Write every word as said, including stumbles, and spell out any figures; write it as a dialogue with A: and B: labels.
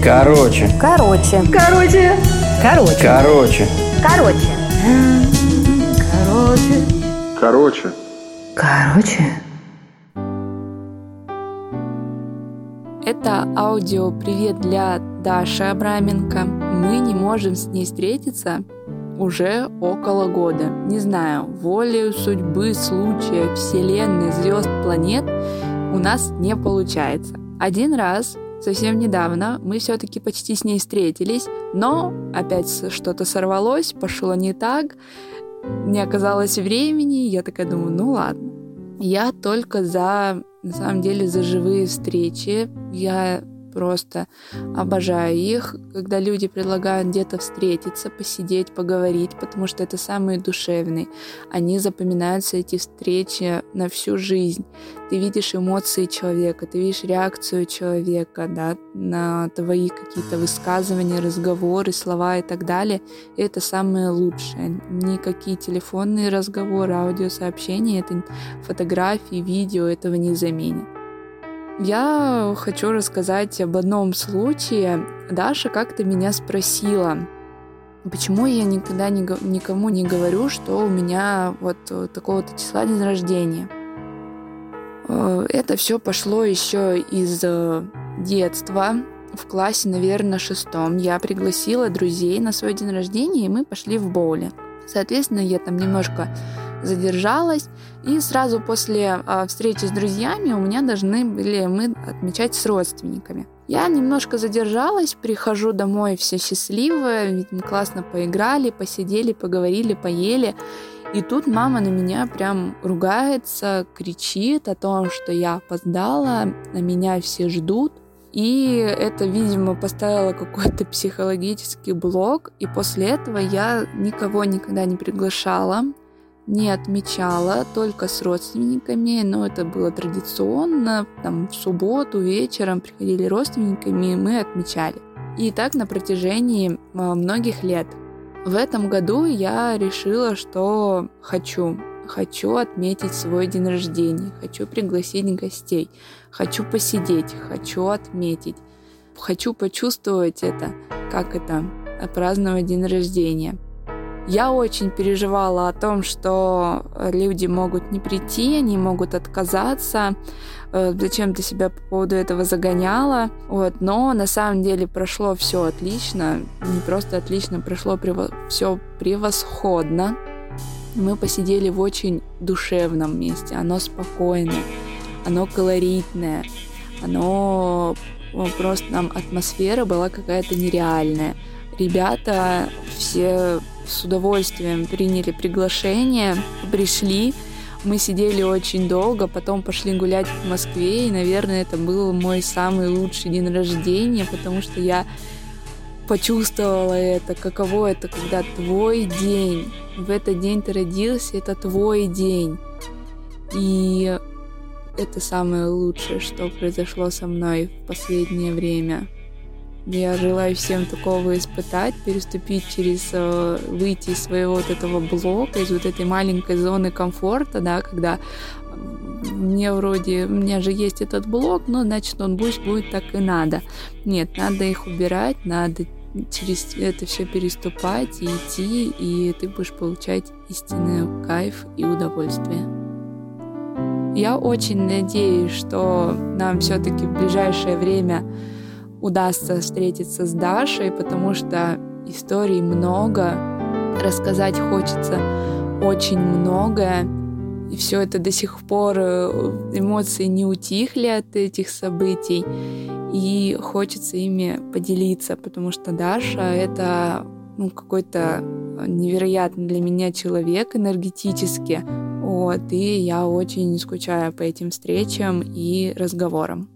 A: Короче.
B: Короче.
C: Короче.
B: Короче.
A: Короче.
B: Короче.
C: Короче.
D: Короче.
B: Короче.
E: Это аудио-привет для Даши Абраменко. Мы не можем с ней встретиться уже около года. Не знаю, волею судьбы, случая, вселенной, звезд, планет у нас не получается. Один раз, совсем недавно, мы все-таки почти с ней встретились, но опять что-то сорвалось, пошло не так, не оказалось времени. Я такая думаю, ну ладно. Я только за, на самом деле, за живые встречи. Я просто обожаю их, когда люди предлагают где-то встретиться, посидеть, поговорить, потому что это самые душевные. Они запоминаются, эти встречи, на всю жизнь. Ты видишь эмоции человека, ты видишь реакцию человека, да, на твои какие-то высказывания, разговоры, слова и так далее. И это самое лучшее. Никакие телефонные разговоры, аудиосообщения, это фотографии, видео этого не заменят. Я хочу рассказать об одном случае. Даша как-то меня спросила, почему я никогда не, никому не говорю, что у меня вот такого-то числа день рождения. Это все пошло еще из детства. В классе, наверное, шестом я пригласила друзей на свой день рождения, и мы пошли в боулинг. Соответственно, я там немножко задержалась, и сразу после э, встречи с друзьями у меня должны были мы отмечать с родственниками. Я немножко задержалась, прихожу домой вся счастливая, ведь мы классно поиграли, посидели, поговорили, поели. И тут мама на меня прям ругается, кричит о том, что я опоздала, на меня все ждут. И это, видимо, поставило какой-то психологический блок. И после этого я никого никогда не приглашала, не отмечала, только с родственниками. Но это было традиционно. Там в субботу вечером приходили родственниками, и мы отмечали. И так на протяжении многих лет. В этом году я решила, что хочу. Хочу отметить свой день рождения, хочу пригласить гостей, хочу посидеть, хочу отметить, хочу почувствовать это, как это, отпраздновать день рождения. Я очень переживала о том, что люди могут не прийти, они могут отказаться, зачем ты себя по поводу этого загоняла, вот. Но на самом деле прошло все отлично, не просто отлично, прошло прево- все превосходно. Мы посидели в очень душевном месте. Оно спокойное, оно колоритное, оно просто там атмосфера была какая-то нереальная. Ребята все с удовольствием приняли приглашение, пришли. Мы сидели очень долго, потом пошли гулять в Москве, и, наверное, это был мой самый лучший день рождения, потому что я почувствовала это, каково это, когда твой день, в этот день ты родился, это твой день. И это самое лучшее, что произошло со мной в последнее время. Я желаю всем такого испытать, переступить через, выйти из своего вот этого блока, из вот этой маленькой зоны комфорта, да, когда мне вроде, у меня же есть этот блок, ну, значит, он пусть будет так и надо. Нет, надо их убирать, надо через это все переступать и идти, и ты будешь получать истинный кайф и удовольствие. Я очень надеюсь, что нам все-таки в ближайшее время удастся встретиться с Дашей, потому что историй много, рассказать хочется очень многое, и все это до сих пор, эмоции не утихли от этих событий, и хочется ими поделиться, потому что Даша — это ну, какой-то невероятный для меня человек энергетически, вот, и я очень скучаю по этим встречам и разговорам.